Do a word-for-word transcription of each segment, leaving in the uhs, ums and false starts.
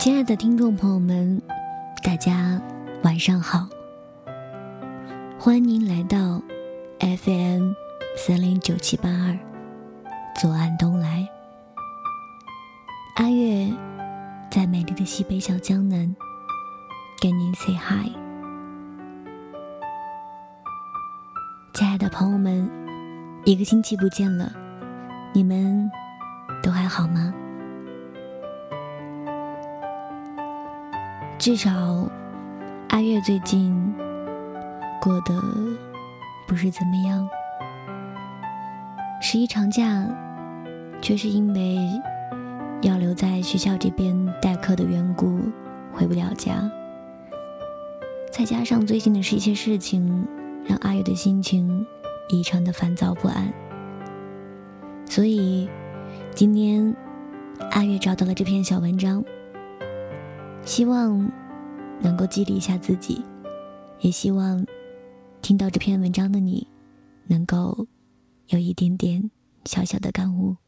亲爱的听众朋友们，大家晚上好，欢迎您来到 F M 三零九七八二左岸东来。阿月在美丽的西北小江南跟您 say hi。 亲爱的朋友们，一个星期不见了，你们都还好吗？至少阿月最近过得不是怎么样，十一长假却是因为要留在学校这边代课的缘故回不了家，再加上最近的是一些事情让阿月的心情异常的烦躁不安，所以今天阿月找到了这篇小文章，希望能够激励一下自己，也希望听到这篇文章的你能够有一点点小小的感悟。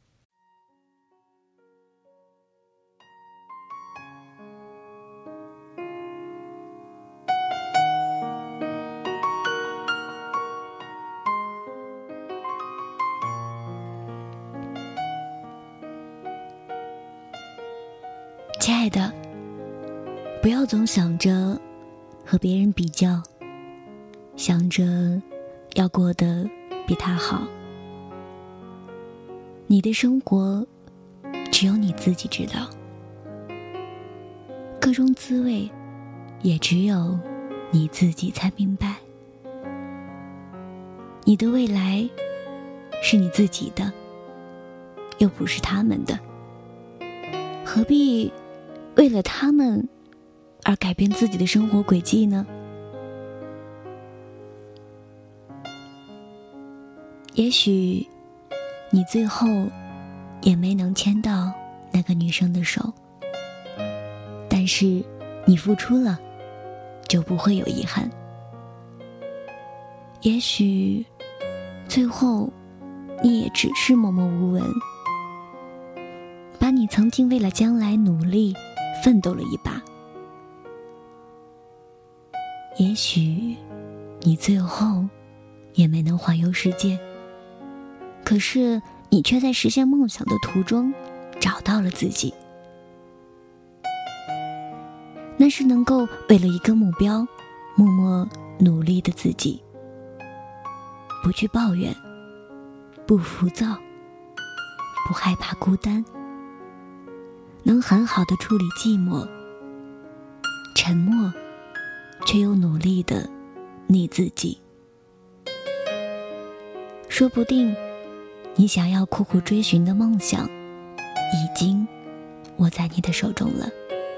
亲爱的，不要总想着和别人比较，想着要过得比他好。你的生活只有你自己知道，各种滋味也只有你自己才明白。你的未来是你自己的，又不是他们的，何必为了他们而改变自己的生活轨迹呢？也许你最后也没能牵到那个女生的手，但是你付出了，就不会有遗憾。也许最后你也只是默默无闻，把你曾经为了将来努力奋斗了一把。也许你最后也没能环游世界，可是你却在实现梦想的途中找到了自己。那是能够为了一个目标默默努力的自己，不去抱怨，不浮躁，不害怕孤单，能很好地处理寂寞，沉默却又努力的你自己。说不定你想要苦苦追寻的梦想已经握在你的手中了。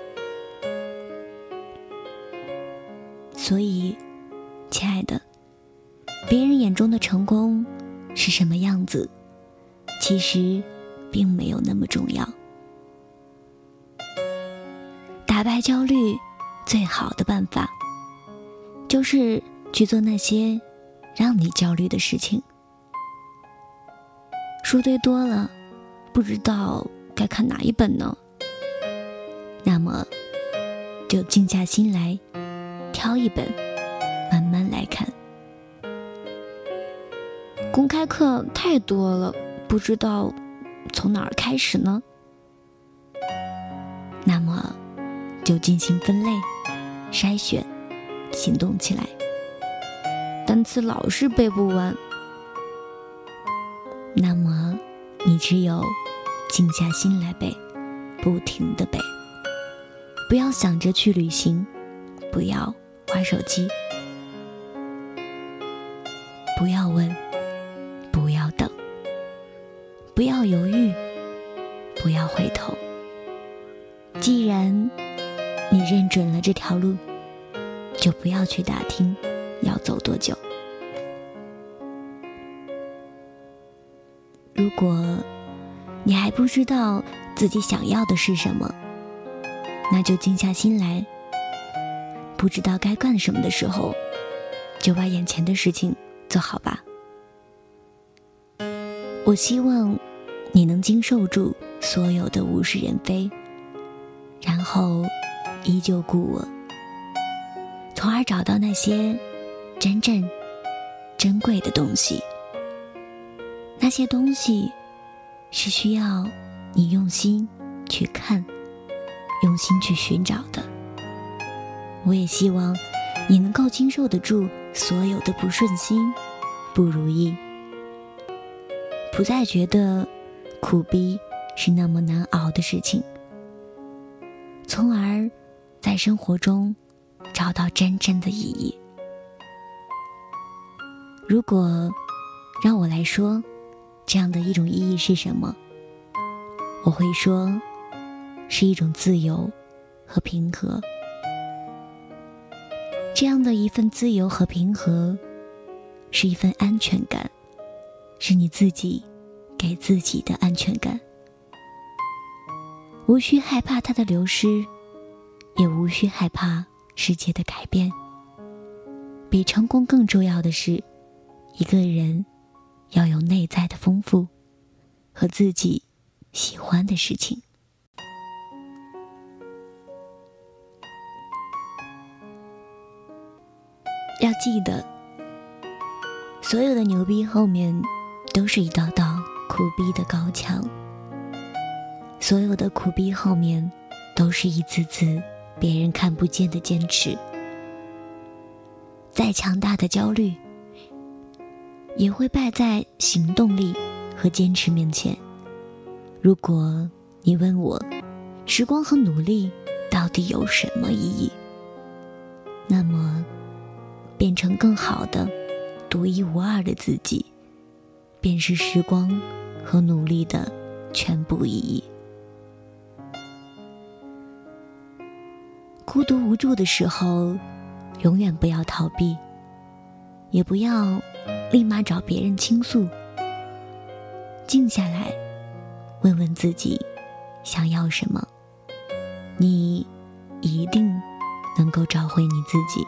所以亲爱的，别人眼中的成功是什么样子，其实并没有那么重要。打败焦虑最好的办法就是去做那些让你焦虑的事情。书堆多了，不知道该看哪一本呢？那么就静下心来，挑一本慢慢来看。公开课太多了，不知道从哪儿开始呢？那么就进行分类、筛选，行动起来。单词老是背不完，那么你只有静下心来背，不停地背。不要想着去旅行，不要玩手机，不要问，不要等，不要犹豫，不要回头。既然你认准了这条路，就不要去打听要走多久。如果你还不知道自己想要的是什么，那就静下心来，不知道该干什么的时候，就把眼前的事情做好吧。我希望你能经受住所有的物是人非， 然后依旧故我，从而找到那些真正珍贵的东西。那些东西是需要你用心去看，用心去寻找的。我也希望你能够经受得住所有的不顺心、不如意，不再觉得苦逼是那么难熬的事情，从而在生活中找到真正的意义。如果让我来说，这样的一种意义是什么？我会说，是一种自由和平和。这样的一份自由和平和，是一份安全感，是你自己给自己的安全感。无需害怕它的流失，也无需害怕世界的改变。比成功更重要的是，一个人要有内在的丰富和自己喜欢的事情。要记得，所有的牛逼后面都是一道道苦逼的高墙，所有的苦逼后面都是一次次别人看不见的坚持。再强大的焦虑也会败在行动力和坚持面前。如果你问我，时光和努力到底有什么意义？那么变成更好的独一无二的自己，便是时光和努力的全部意义。孤独无助的时候，永远不要逃避，也不要立马找别人倾诉，静下来问问自己想要什么，你一定能够找回你自己。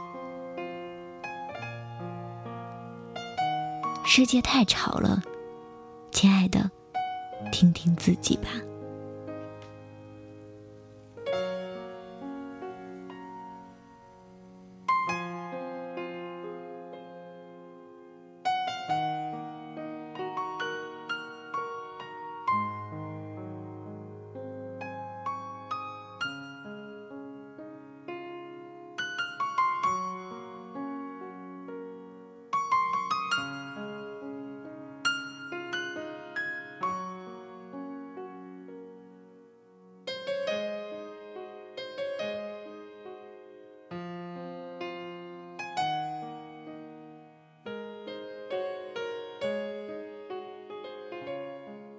世界太吵了，亲爱的，听听自己吧。